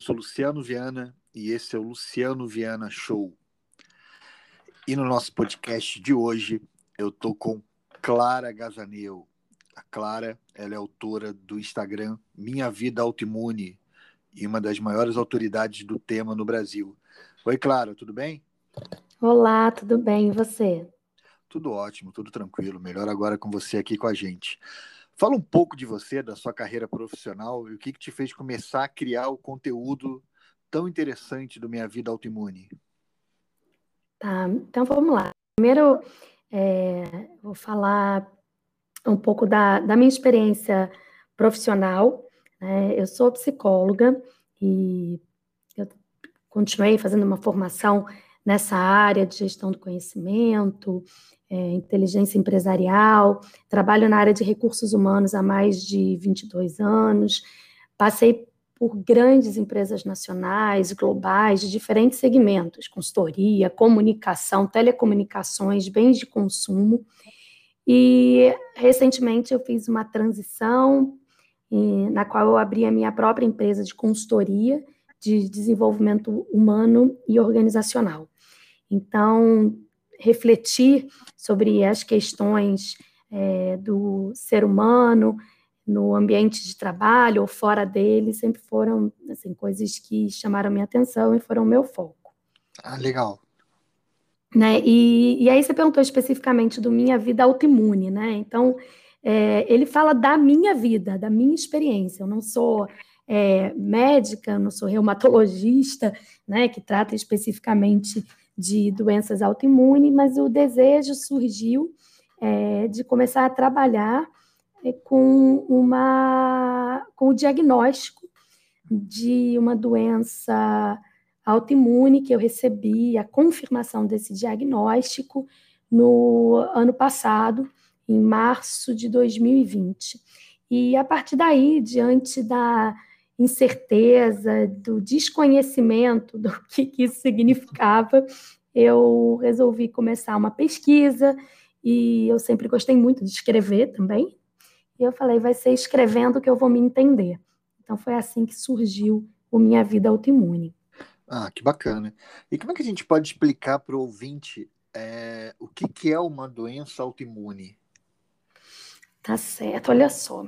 sou Luciano Viana e esse é o Luciano Viana Show. E no nosso podcast de hoje eu tô com Clara Gazaneu. A Clara, ela é autora do Instagram Minha Vida Autoimune e uma das maiores autoridades do tema no Brasil. Oi, Clara, tudo bem? Olá, tudo bem? E você? Tudo ótimo, tudo tranquilo. Melhor agora com você aqui com a gente. Fala um pouco de você, da sua carreira profissional e o que te fez começar a criar o conteúdo tão interessante do Minha Vida Autoimune. Tá, então vamos lá. Primeiro, vou falar um pouco da minha experiência profissional, né? Eu sou psicóloga e eu continuei fazendo uma formação nessa área de gestão do conhecimento, inteligência empresarial, trabalho na área de recursos humanos há mais de 22 anos, passei por grandes empresas nacionais, globais, de diferentes segmentos, consultoria, comunicação, telecomunicações, bens de consumo, e recentemente eu fiz uma transição na qual eu abri a minha própria empresa de consultoria de desenvolvimento humano e organizacional. Então, refletir sobre as questões do ser humano no ambiente de trabalho ou fora dele sempre foram assim, coisas que chamaram minha atenção e foram meu foco. Ah, legal. Né? E aí você perguntou especificamente do Minha Vida Autoimune, né? Então, ele fala da minha vida, da minha experiência. Eu não sou médica, não sou reumatologista, né, que trata especificamente de doenças autoimunes, mas o desejo surgiu de começar a trabalhar com o diagnóstico de uma doença autoimune, que eu recebi a confirmação desse diagnóstico no ano passado, em março de 2020. E a partir daí, diante da incerteza, do desconhecimento do que isso significava, eu resolvi começar uma pesquisa, e eu sempre gostei muito de escrever também, e eu falei, vai ser escrevendo que eu vou me entender. Então foi assim que surgiu o Minha Vida Autoimune. Ah, que bacana. E como é que a gente pode explicar para o ouvinte o que é uma doença autoimune? Tá certo, olha só.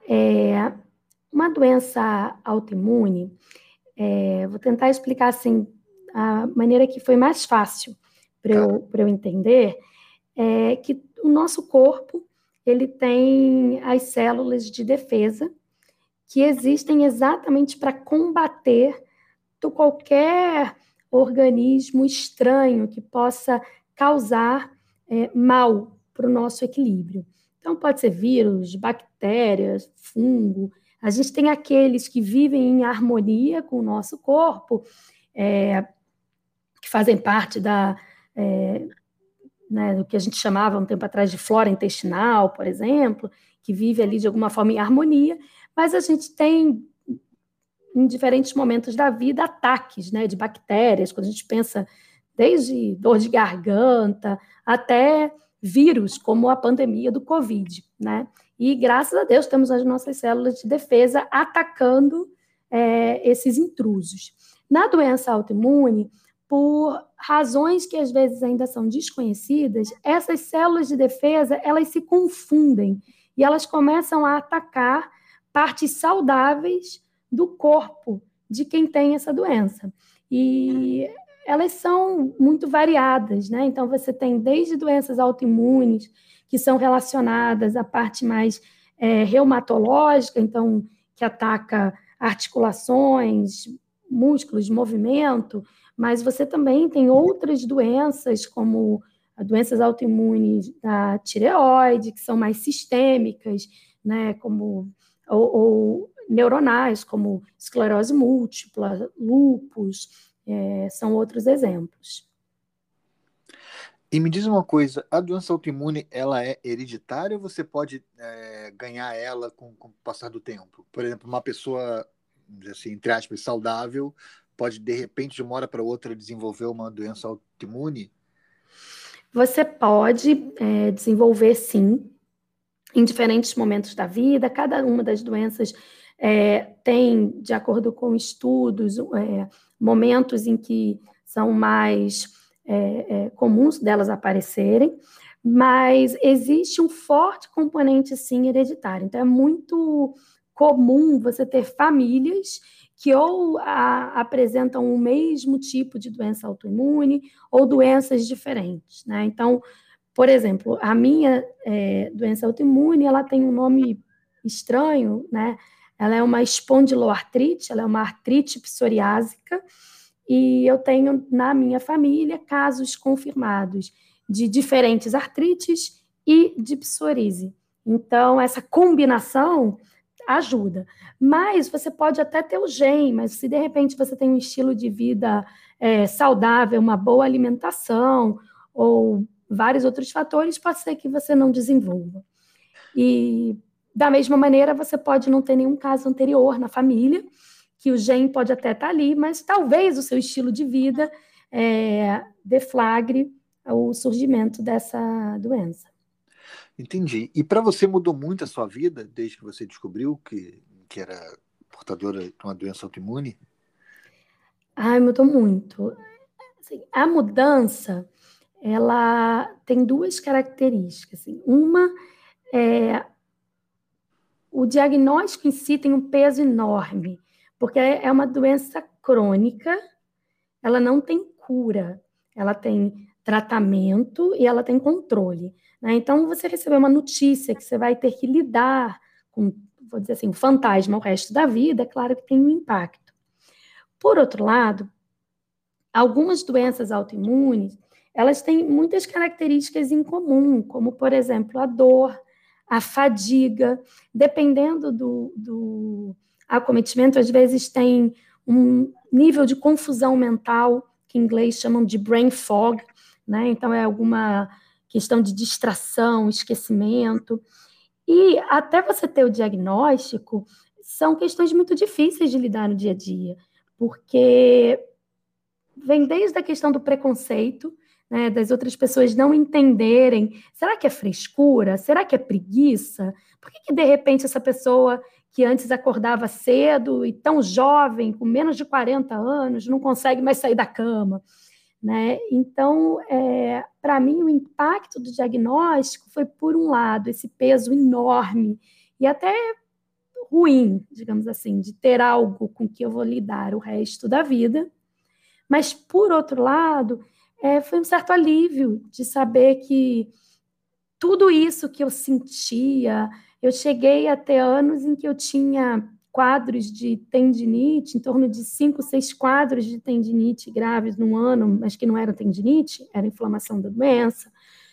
Uma doença autoimune, vou tentar explicar assim, a maneira que foi mais fácil para Tá. eu entender, é que o nosso corpo, ele tem as células de defesa que existem exatamente para combater qualquer organismo estranho que possa causar mal para o nosso equilíbrio. Então, pode ser vírus, bactérias, fungo. A gente tem aqueles que vivem em harmonia com o nosso corpo, que fazem parte do que a gente chamava um tempo atrás de flora intestinal, por exemplo, que vive ali de alguma forma em harmonia, mas a gente tem em diferentes momentos da vida, ataques, né, de bactérias, quando a gente pensa desde dor de garganta até vírus, como a pandemia do Covid, né? E, graças a Deus, temos as nossas células de defesa atacando esses intrusos. Na doença autoimune, por razões que às vezes ainda são desconhecidas, essas células de defesa, elas se confundem e elas começam a atacar partes saudáveis do corpo de quem tem essa doença. E elas são muito variadas, né? Então, você tem desde doenças autoimunes, que são relacionadas à parte mais reumatológica, então, que ataca articulações, músculos, movimento, mas você também tem outras doenças, como doenças autoimunes da tireoide, que são mais sistêmicas, né? Como ou neuronais, como esclerose múltipla, lúpus, são outros exemplos. E me diz uma coisa, a doença autoimune, ela é hereditária ou você pode ganhar ela com o passar do tempo? Por exemplo, uma pessoa, assim, entre aspas, saudável, pode, de repente, de uma hora para outra, desenvolver uma doença autoimune? Você pode desenvolver, sim, em diferentes momentos da vida. Cada uma das doenças Tem, de acordo com estudos, momentos em que são mais comuns delas aparecerem, mas existe um forte componente, sim, hereditário. Então, é muito comum você ter famílias que ou apresentam o mesmo tipo de doença autoimune ou doenças diferentes, né? Então, por exemplo, a minha doença autoimune, ela tem um nome estranho, né? Ela é uma espondiloartrite, ela é uma artrite psoriásica, e eu tenho na minha família casos confirmados de diferentes artrites e de psoríase. Então, essa combinação ajuda. Mas você pode até ter o gene, mas se de repente você tem um estilo de vida saudável, uma boa alimentação ou vários outros fatores, pode ser que você não desenvolva. E da mesma maneira, você pode não ter nenhum caso anterior na família, que o gene pode até estar ali, mas talvez o seu estilo de vida deflagre o surgimento dessa doença. Entendi. E para você mudou muito a sua vida desde que você descobriu que era portadora de uma doença autoimune? Mudou muito. Assim, a mudança, ela tem duas características. Assim. Uma é o diagnóstico em si tem um peso enorme, porque é uma doença crônica, ela não tem cura, ela tem tratamento e ela tem controle. Né? Então, você receber uma notícia que você vai ter que lidar com, vou dizer assim, um fantasma o resto da vida, é claro que tem um impacto. Por outro lado, algumas doenças autoimunes, elas têm muitas características em comum, como, por exemplo, a dor, a fadiga, dependendo do acometimento, às vezes tem um nível de confusão mental, que em inglês chamam de brain fog, né? Então é alguma questão de distração, esquecimento. E até você ter o diagnóstico, são questões muito difíceis de lidar no dia a dia, porque vem desde a questão do preconceito, né, das outras pessoas não entenderem. Será que é frescura? Será que é preguiça? Por que de repente essa pessoa que antes acordava cedo e tão jovem, com menos de 40 anos, não consegue mais sair da cama? Né? Então, para mim, o impacto do diagnóstico foi, por um lado, esse peso enorme e até ruim, digamos assim, de ter algo com que eu vou lidar o resto da vida. Mas, por outro lado, foi um certo alívio de saber que tudo isso que eu sentia, eu cheguei a ter anos em que eu tinha quadros de tendinite, em torno de 5, 6 quadros de tendinite graves num ano, mas que não era tendinite, era inflamação da doença,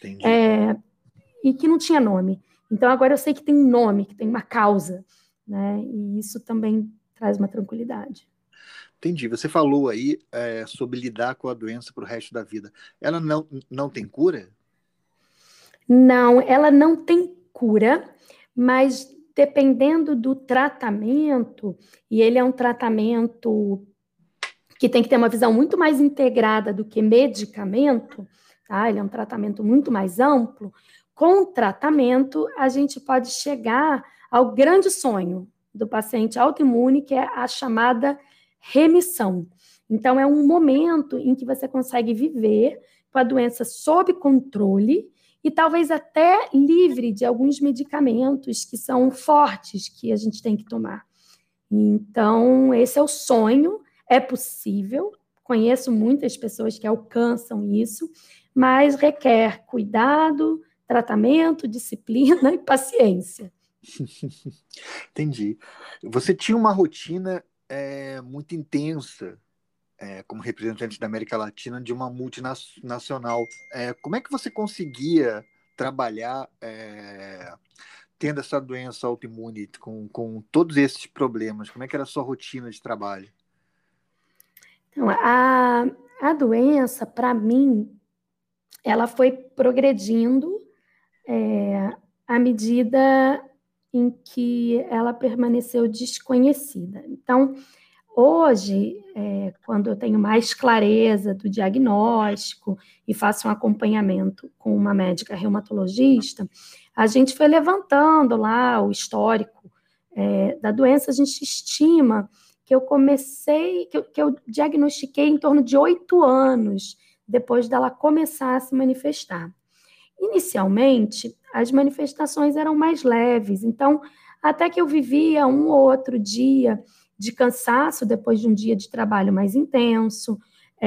e que não tinha nome. Então, agora eu sei que tem um nome, que tem uma causa, né? E isso também traz uma tranquilidade. Entendi. Você falou aí sobre lidar com a doença para o resto da vida. Ela não tem cura? Não, ela não tem cura, mas dependendo do tratamento, e ele é um tratamento que tem que ter uma visão muito mais integrada do que medicamento, tá? Ele é um tratamento muito mais amplo. Com o tratamento, a gente pode chegar ao grande sonho do paciente autoimune, que é a chamada remissão. Então, é um momento em que você consegue viver com a doença sob controle e talvez até livre de alguns medicamentos que são fortes que a gente tem que tomar. Então, esse é o sonho, é possível, conheço muitas pessoas que alcançam isso, mas requer cuidado, tratamento, disciplina e paciência. Entendi. Você tinha uma rotina muito intensa como representante da América Latina de uma multinacional. Como é que você conseguia trabalhar tendo essa doença autoimune com todos esses problemas? Como é que era a sua rotina de trabalho? Então, a doença, para mim, ela foi progredindo à medida em que ela permaneceu desconhecida. Então, hoje, quando eu tenho mais clareza do diagnóstico e faço um acompanhamento com uma médica reumatologista, a gente foi levantando lá o histórico da doença, a gente estima que eu diagnostiquei em torno de 8 anos depois dela começar a se manifestar. Inicialmente, as manifestações eram mais leves, então, até que eu vivia um ou outro dia de cansaço depois de um dia de trabalho mais intenso,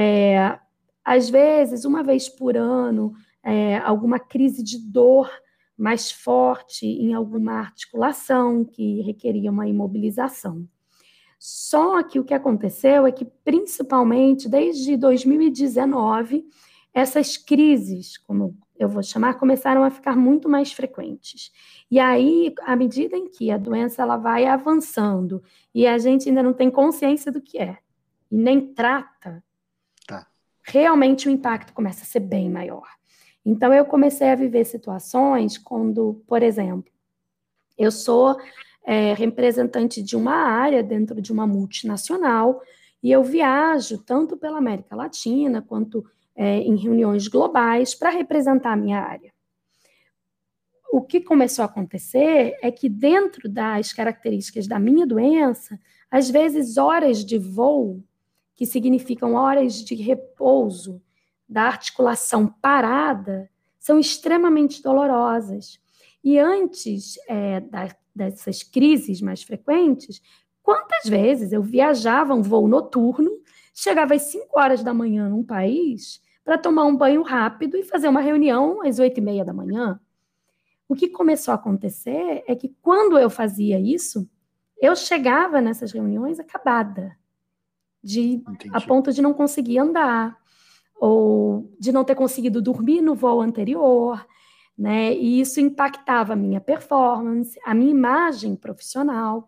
às vezes, uma vez por ano, alguma crise de dor mais forte em alguma articulação que requeria uma imobilização. Só que o que aconteceu é que, principalmente desde 2019, essas crises, como eu vou chamar, começaram a ficar muito mais frequentes. E aí, à medida em que a doença ela vai avançando e a gente ainda não tem consciência do que é e nem trata, realmente o impacto começa a ser bem maior. Então, eu comecei a viver situações quando, por exemplo, eu sou representante de uma área dentro de uma multinacional e eu viajo tanto pela América Latina quanto em reuniões globais para representar a minha área. O que começou a acontecer é que dentro das características da minha doença, às vezes horas de voo, que significam horas de repouso da articulação parada, são extremamente dolorosas. E antes dessas crises mais frequentes, quantas vezes eu viajava um voo noturno, chegava às 5 horas da manhã num país para tomar um banho rápido e fazer uma reunião às 8h30 da manhã. O que começou a acontecer é que quando eu fazia isso, eu chegava nessas reuniões acabada, a ponto de não conseguir andar, ou de não ter conseguido dormir no voo anterior, né? E isso impactava a minha performance, a minha imagem profissional.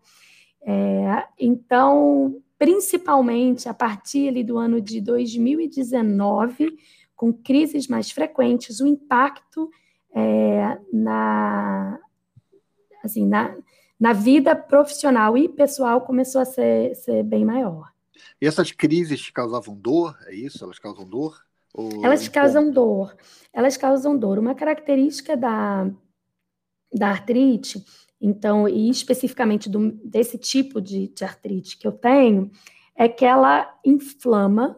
Então, principalmente a partir ali do ano de 2019, com crises mais frequentes, o impacto na vida profissional e pessoal começou a ser bem maior. E essas crises causavam dor? É isso? Elas causam dor? Elas causam dor. Elas causam dor. Uma característica da artrite, então, e especificamente desse tipo de artrite que eu tenho, é que ela inflama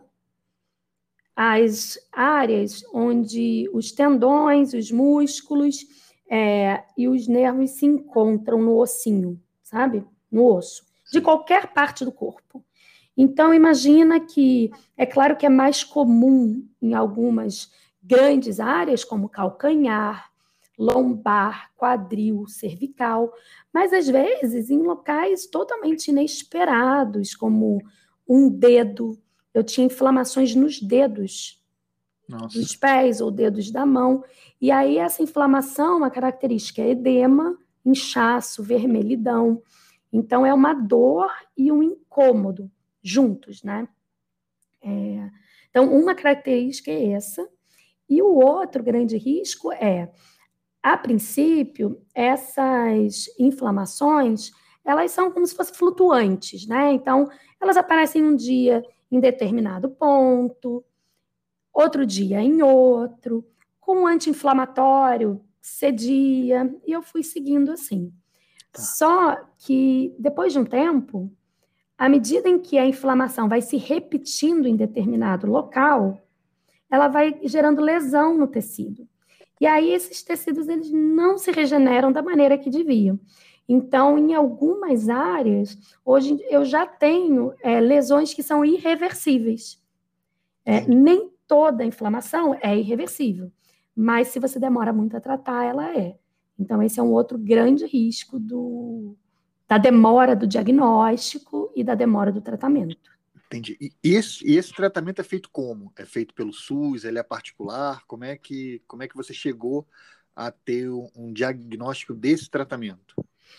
as áreas onde os tendões, os músculos e os nervos se encontram no ossinho, sabe? No osso, de qualquer parte do corpo. Então, imagina que, é claro que é mais comum em algumas grandes áreas, como calcanhar, lombar, quadril, cervical, mas às vezes em locais totalmente inesperados, como um dedo. Eu tinha inflamações nos dedos dos pés ou dedos da mão, e aí essa inflamação, uma característica é edema, inchaço, vermelhidão. Então, é uma dor e um incômodo juntos, né? Então, uma característica é essa, e o outro grande risco a princípio, essas inflamações, elas são como se fossem flutuantes, né? Então, elas aparecem um dia em determinado ponto, outro dia em outro, com um anti-inflamatório cedia, e eu fui seguindo assim. Só que, depois de um tempo, à medida em que a inflamação vai se repetindo em determinado local, ela vai gerando lesão no tecido. E aí esses tecidos eles não se regeneram da maneira que deviam. Então, em algumas áreas, hoje eu já tenho lesões que são irreversíveis. Nem toda inflamação é irreversível, mas se você demora muito a tratar, ela é. Então, esse é um outro grande risco da demora do diagnóstico e da demora do tratamento. Entendi. E esse tratamento é feito como? É feito pelo SUS? Ele é particular? Como é que você chegou a ter um diagnóstico desse tratamento?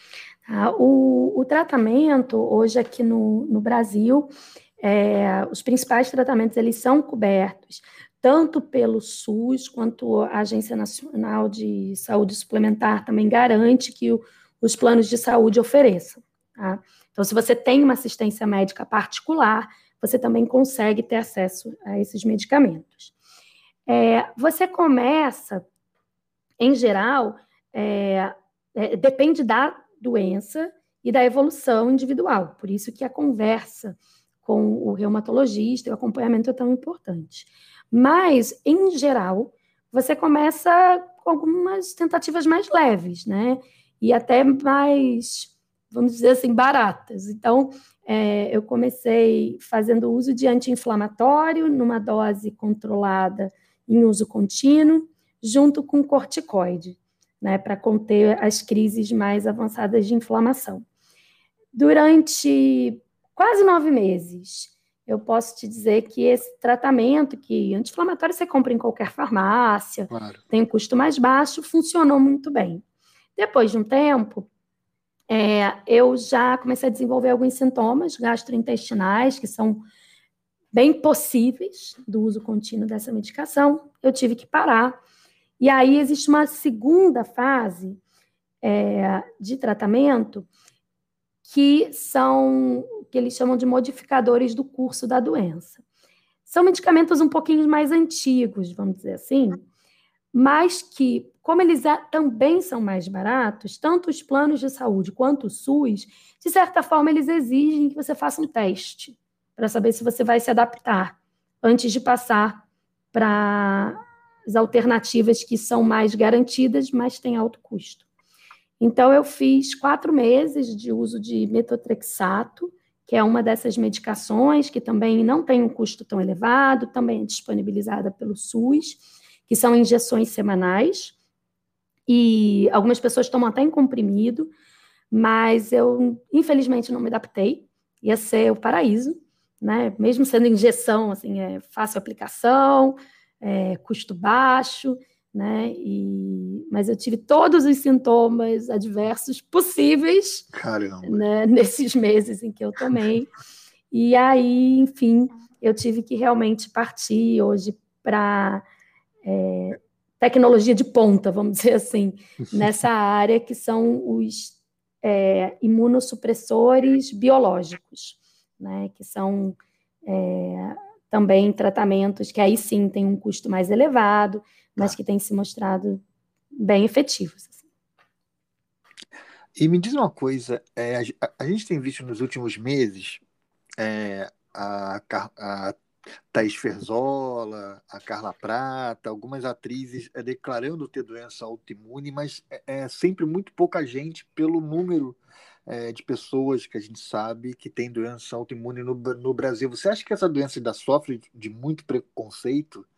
O tratamento, hoje aqui no Brasil, os principais tratamentos eles são cobertos tanto pelo SUS quanto a Agência Nacional de Saúde Suplementar também garante que os planos de saúde ofereçam. Tá? Então, se você tem uma assistência médica particular, você também consegue ter acesso a esses medicamentos. Você começa, em geral, depende da doença e da evolução individual. Por isso que a conversa com o reumatologista e o acompanhamento é tão importante. Mas, em geral, você começa com algumas tentativas mais leves, né? E até mais, vamos dizer assim, baratas. Então, eu comecei fazendo uso de anti-inflamatório numa dose controlada em uso contínuo, junto com corticoide, né, para conter as crises mais avançadas de inflamação. Durante quase 9 meses, eu posso te dizer que esse tratamento, que anti-inflamatório você compra em qualquer farmácia, Claro. tem um custo mais baixo, funcionou muito bem. Depois de um tempo, eu já comecei a desenvolver alguns sintomas gastrointestinais, que são bem possíveis do uso contínuo dessa medicação. Eu tive que parar. E aí existe uma segunda fase de tratamento, que são o que eles chamam de modificadores do curso da doença. São medicamentos um pouquinho mais antigos, vamos dizer assim, mas que, como eles também são mais baratos, tanto os planos de saúde quanto o SUS, de certa forma, eles exigem que você faça um teste para saber se você vai se adaptar antes de passar para as alternativas que são mais garantidas, mas têm alto custo. Então, eu fiz 4 meses de uso de metotrexato, que é uma dessas medicações que também não tem um custo tão elevado, também é disponibilizada pelo SUS, que são injeções semanais, e algumas pessoas tomam até em comprimido, mas eu, infelizmente, não me adaptei. Ia ser o paraíso, né? Mesmo sendo injeção, assim, é fácil aplicação, custo baixo, né? Mas eu tive todos os sintomas adversos possíveis, né, nesses meses em que eu tomei. E aí, enfim, eu tive que realmente partir hoje para tecnologia de ponta, vamos dizer assim, nessa área que são os imunossupressores biológicos, né, que são também tratamentos que aí sim tem um custo mais elevado, mas que têm se mostrado bem efetivos. Assim. E me diz uma coisa, a gente tem visto nos últimos meses a Thaís Ferzola, a Carla Prata, algumas atrizes declarando ter doença autoimune, mas é sempre muito pouca gente pelo número de pessoas que a gente sabe que tem doença autoimune no Brasil. Você acha que essa doença ainda sofre de muito preconceito?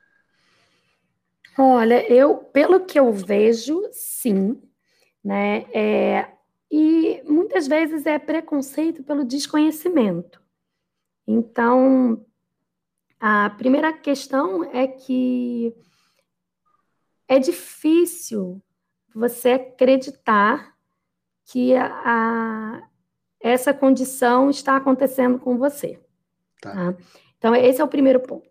Olha, pelo que eu vejo, sim, né? E muitas vezes é preconceito pelo desconhecimento. Então, a primeira questão é que é difícil você acreditar que essa condição está acontecendo com você. Tá? Então, esse é o primeiro ponto.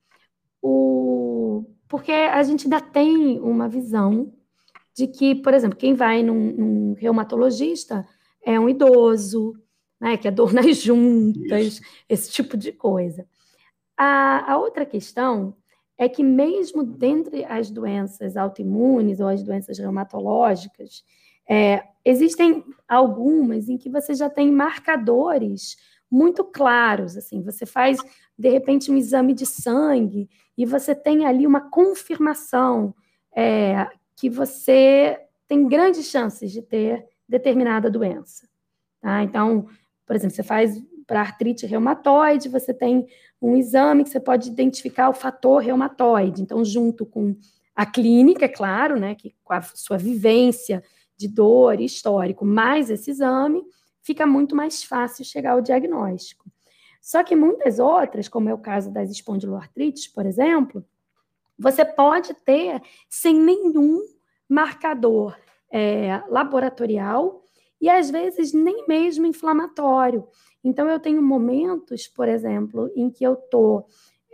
Porque a gente ainda tem uma visão de que, por exemplo, quem vai num reumatologista é um idoso, né, que é dor nas juntas, esse tipo de coisa. A outra questão é que mesmo dentre as doenças autoimunes ou as doenças reumatológicas, existem algumas em que você já tem marcadores muito claros, assim, você faz, de repente, um exame de sangue e você tem ali uma confirmação que você tem grandes chances de ter determinada doença. Tá? Então, por exemplo, você faz para artrite reumatoide, você tem um exame que você pode identificar o fator reumatoide. Então, junto com a clínica, é claro, né, que com a sua vivência de dor e histórico, mais esse exame, fica muito mais fácil chegar ao diagnóstico. Só que muitas outras, como é o caso das espondiloartrites, por exemplo, você pode ter sem nenhum marcador laboratorial e, às vezes, nem mesmo inflamatório. Então, eu tenho momentos, por exemplo, em que eu estou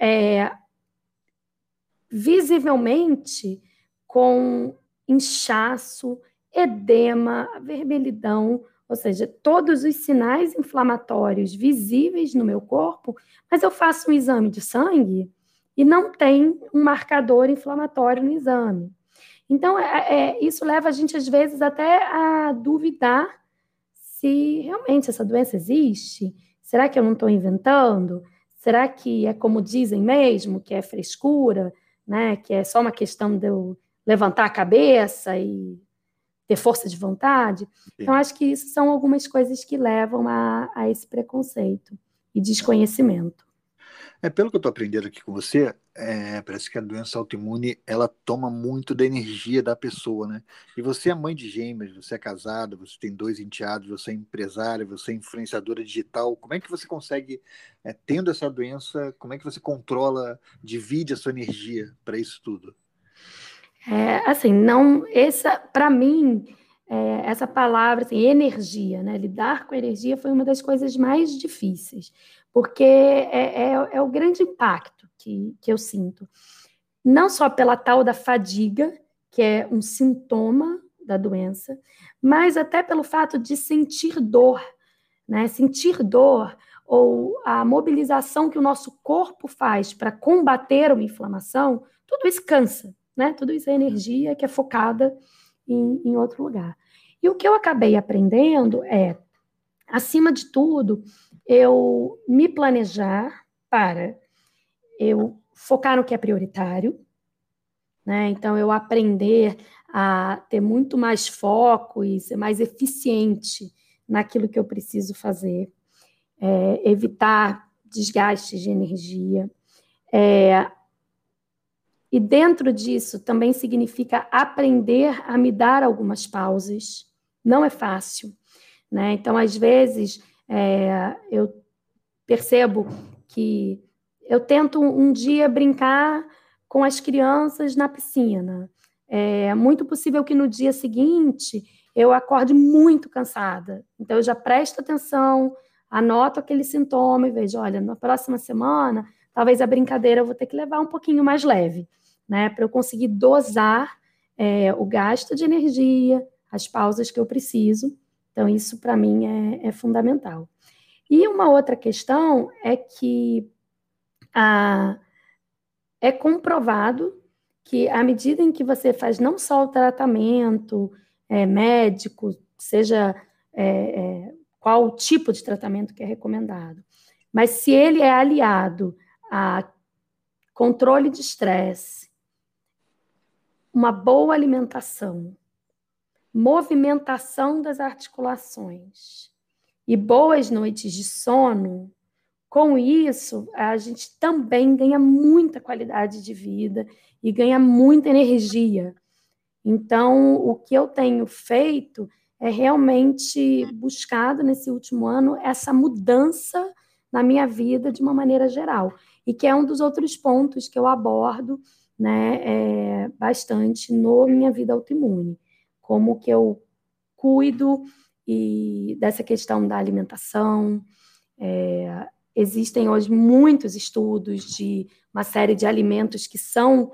visivelmente com inchaço, edema, vermelhidão, ou seja, todos os sinais inflamatórios visíveis no meu corpo, mas eu faço um exame de sangue e não tem um marcador inflamatório no exame. Então, isso leva a gente, às vezes, até a duvidar se realmente essa doença existe. Será que eu não estou inventando? Será que é como dizem mesmo, que é frescura, né? Que é só uma questão de eu levantar a cabeça e ter força de vontade? Então, acho que isso são algumas coisas que levam a esse preconceito e desconhecimento. Pelo que eu estou aprendendo aqui com você, parece que a doença autoimune, ela toma muito da energia da pessoa, né? E você é mãe de gêmeas, você é casada, você tem 2 enteados, você é empresária, você é influenciadora digital. Como é que você consegue, tendo essa doença, como é que você controla, divide a sua energia para isso tudo? Assim, não, para mim, essa palavra, assim, energia, né? Lidar com energia foi uma das coisas mais difíceis, porque é o grande impacto que eu sinto. Não só pela tal da fadiga, que é um sintoma da doença, mas até pelo fato de sentir dor, né? Sentir dor ou a mobilização que o nosso corpo faz para combater uma inflamação, tudo isso cansa, né? Tudo isso é energia que é focada em outro lugar. E o que eu acabei aprendendo acima de tudo, eu me planejar para eu focar no que é prioritário, né? Então, eu aprender a ter muito mais foco e ser mais eficiente naquilo que eu preciso fazer, evitar desgastes de energia. E dentro disso também significa aprender a me dar algumas pausas. Não é fácil, né? Então, às vezes, eu percebo que eu tento um dia brincar com as crianças na piscina. É muito possível que no dia seguinte eu acorde muito cansada. Então, eu já presto atenção, anoto aquele sintoma e vejo, olha, na próxima semana, talvez a brincadeira eu vou ter que levar um pouquinho mais leve, né? Para eu conseguir dosar o gasto de energia, as pausas que eu preciso. Então, isso para mim é fundamental. E uma outra questão é que é comprovado que à medida em que você faz não só o tratamento médico, seja qual o tipo de tratamento que é recomendado, mas se ele é aliado a controle de estresse, uma boa alimentação, movimentação das articulações e boas noites de sono, com isso, a gente também ganha muita qualidade de vida e ganha muita energia. Então, o que eu tenho feito é realmente buscado nesse último ano essa mudança na minha vida de uma maneira geral. E que é um dos outros pontos que eu abordo, né, bastante no Minha Vida Autoimune. Como que eu cuido dessa questão da alimentação. Existem hoje muitos estudos de uma série de alimentos que são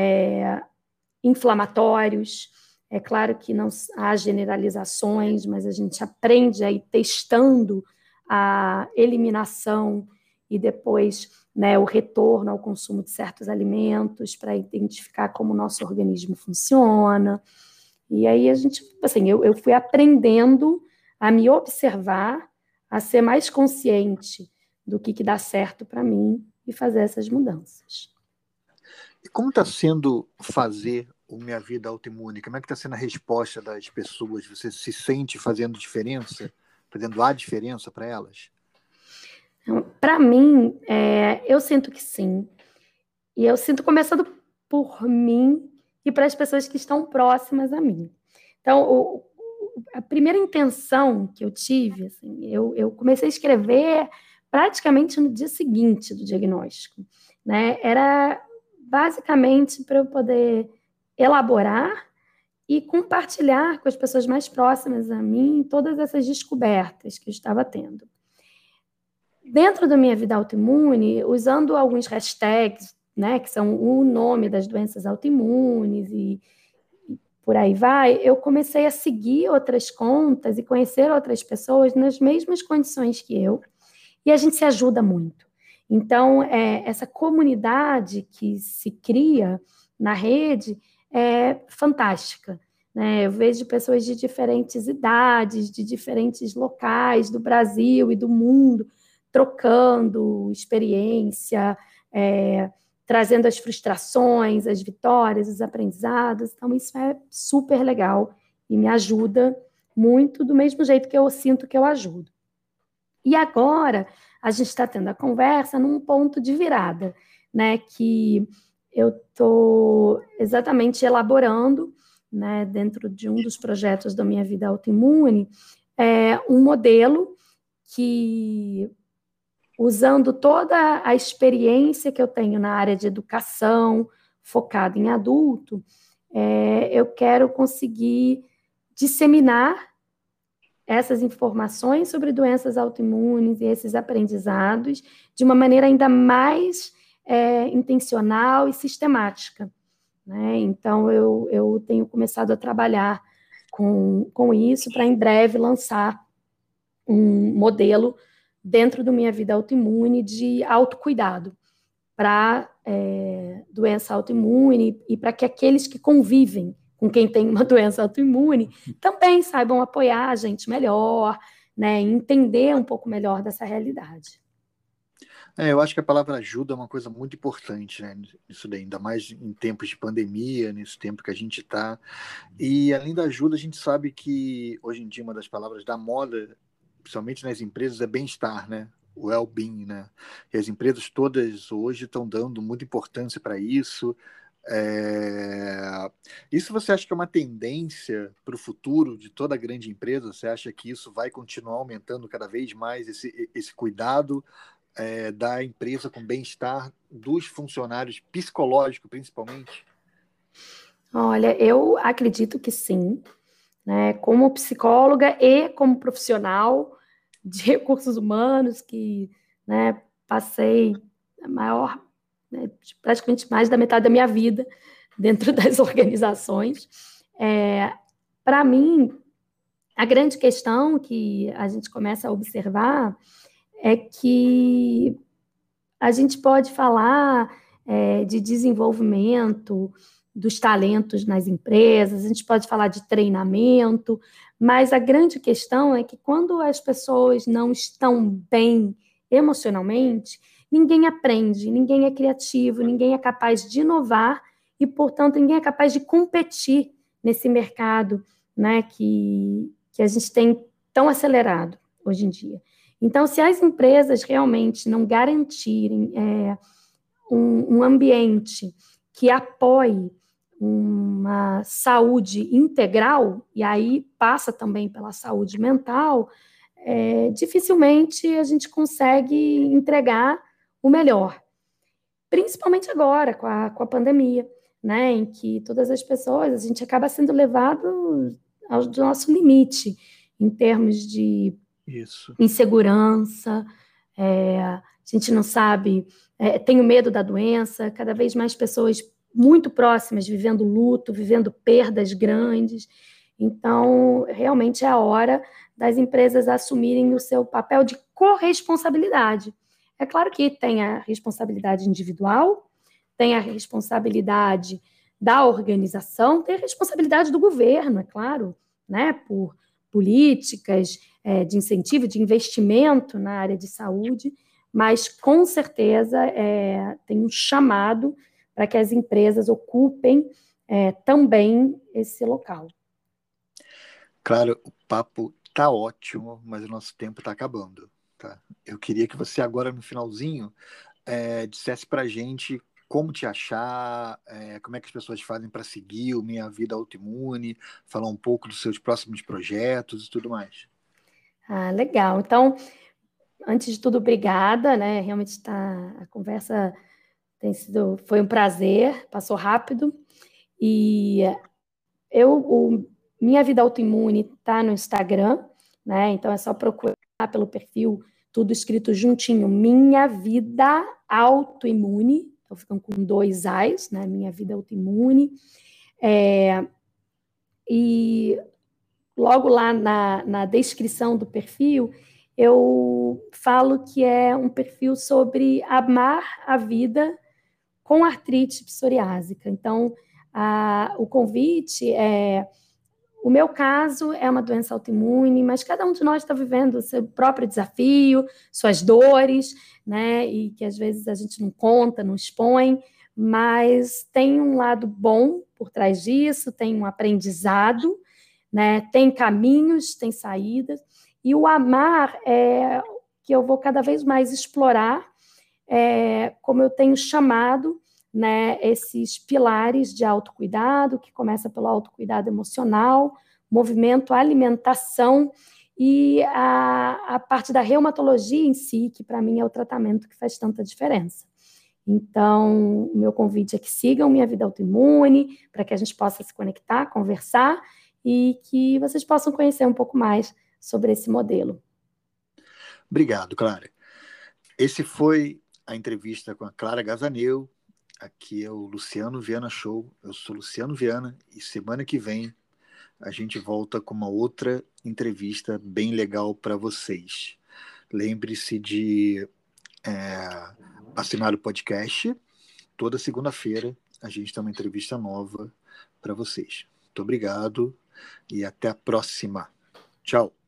inflamatórios. É claro que não há generalizações, mas a gente aprende a ir testando a eliminação e depois, né, o retorno ao consumo de certos alimentos para identificar como o nosso organismo funciona. E aí a gente, assim, eu fui aprendendo a me observar, a ser mais consciente do que dá certo para mim e fazer essas mudanças. E como está sendo fazer o Minha Vida Autoimune? Como é que está sendo a resposta das pessoas? Você se sente fazendo diferença? Fazendo a diferença para elas? Para mim, eu sinto que sim. E eu sinto começando por mim e para as pessoas que estão próximas a mim. Então, a primeira intenção que eu tive, assim, eu comecei a escrever praticamente no dia seguinte do diagnóstico, né? Era basicamente para eu poder elaborar e compartilhar com as pessoas mais próximas a mim todas essas descobertas que eu estava tendo. Dentro da Minha Vida Autoimune, usando alguns hashtags, né, que são o nome das doenças autoimunes e por aí vai, eu comecei a seguir outras contas e conhecer outras pessoas nas mesmas condições que eu, e a gente se ajuda muito. Então, essa comunidade que se cria na rede é fantástica, né? Eu vejo pessoas de diferentes idades, de diferentes locais do Brasil e do mundo, trocando experiência, trazendo as frustrações, as vitórias, os aprendizados. Então, isso é super legal e me ajuda muito, do mesmo jeito que eu sinto que eu ajudo. E agora, a gente está tendo a conversa num ponto de virada, né? Que eu estou exatamente elaborando, né, dentro de um dos projetos da minha vida autoimune, um modelo que, usando toda a experiência que eu tenho na área de educação, focada em adulto, eu quero conseguir disseminar essas informações sobre doenças autoimunes e esses aprendizados de uma maneira ainda mais intencional e sistemática, né? Então, eu tenho começado a trabalhar com isso para, em breve, lançar um modelo dentro do Minha Vida Autoimune de autocuidado para doença autoimune e para que aqueles que convivem com quem tem uma doença autoimune também saibam apoiar a gente melhor, né, entender um pouco melhor dessa realidade. Eu acho que a palavra ajuda é uma coisa muito importante, né? Isso daí, ainda mais em tempos de pandemia, nesse tempo que a gente está. E além da ajuda, a gente sabe que hoje em dia uma das palavras da moda, principalmente nas empresas, é bem-estar, né? O well-being, né? E as empresas todas hoje estão dando muita importância para isso. Isso você acha que é uma tendência para o futuro de toda grande empresa? Você acha que isso vai continuar aumentando cada vez mais esse cuidado da empresa com bem-estar dos funcionários, psicológico principalmente? Olha, eu acredito que sim, né? Como psicóloga e como profissional de recursos humanos, que, né, passei a maior, né, praticamente mais da metade da minha vida dentro das organizações. Para mim, a grande questão que a gente começa a observar é que a gente pode falar de desenvolvimento dos talentos nas empresas, a gente pode falar de treinamento, mas a grande questão é que quando as pessoas não estão bem emocionalmente, ninguém aprende, ninguém é criativo, ninguém é capaz de inovar e, portanto, ninguém é capaz de competir nesse mercado, né, que a gente tem tão acelerado hoje em dia. Então, se as empresas realmente não garantirem um ambiente que apoie uma saúde integral, e aí passa também pela saúde mental, dificilmente a gente consegue entregar o melhor. Principalmente agora, com a pandemia, né, em que todas as pessoas, a gente acaba sendo levado ao nosso limite, em termos de Isso. insegurança, a gente não sabe, tenho medo da doença, cada vez mais pessoas muito próximas vivendo luto, vivendo perdas grandes. Então, realmente é a hora das empresas assumirem o seu papel de corresponsabilidade. É claro que tem a responsabilidade individual, tem a responsabilidade da organização, tem a responsabilidade do governo, é claro, né, por políticas de incentivo, de investimento na área de saúde, mas com certeza tem um chamado para que as empresas ocupem também esse local. Claro, o papo tá ótimo, mas o nosso tempo está acabando, tá? Eu queria que você agora no finalzinho dissesse para a gente como te achar, como é que as pessoas fazem para seguir o Minha Vida Autoimune, falar um pouco dos seus próximos projetos e tudo mais. Ah, legal. Então, antes de tudo, obrigada, né? Realmente a conversa foi um prazer, passou rápido. E Minha Vida Autoimune está no Instagram, né? Então é só procurar pelo perfil, tudo escrito juntinho, Minha Vida Autoimune. Então ficam com 2 A's, né? Minha Vida Autoimune. E logo lá na descrição do perfil, eu falo que é um perfil sobre amar a vida com artrite psoriásica. Então, o convite é O meu caso é uma doença autoimune, mas cada um de nós está vivendo o seu próprio desafio, suas dores, né? E que às vezes a gente não conta, não expõe, mas tem um lado bom por trás disso, tem um aprendizado, né? Tem caminhos, tem saídas, e o amar é que eu vou cada vez mais explorar, como eu tenho chamado, né, esses pilares de autocuidado, que começa pelo autocuidado emocional, movimento, alimentação e a parte da reumatologia em si, que para mim é o tratamento que faz tanta diferença. Então, o meu convite é que sigam Minha Vida Autoimune, para que a gente possa se conectar, conversar e que vocês possam conhecer um pouco mais sobre esse modelo. Obrigado, Clara. Esse foi a entrevista com a Clara Gazaneu. Aqui é o Luciano Viana Show. Eu sou Luciano Viana e semana que vem a gente volta com uma outra entrevista bem legal para vocês. Lembre-se de assinar o podcast. Toda segunda-feira a gente tem uma entrevista nova para vocês. Muito obrigado e até a próxima. Tchau.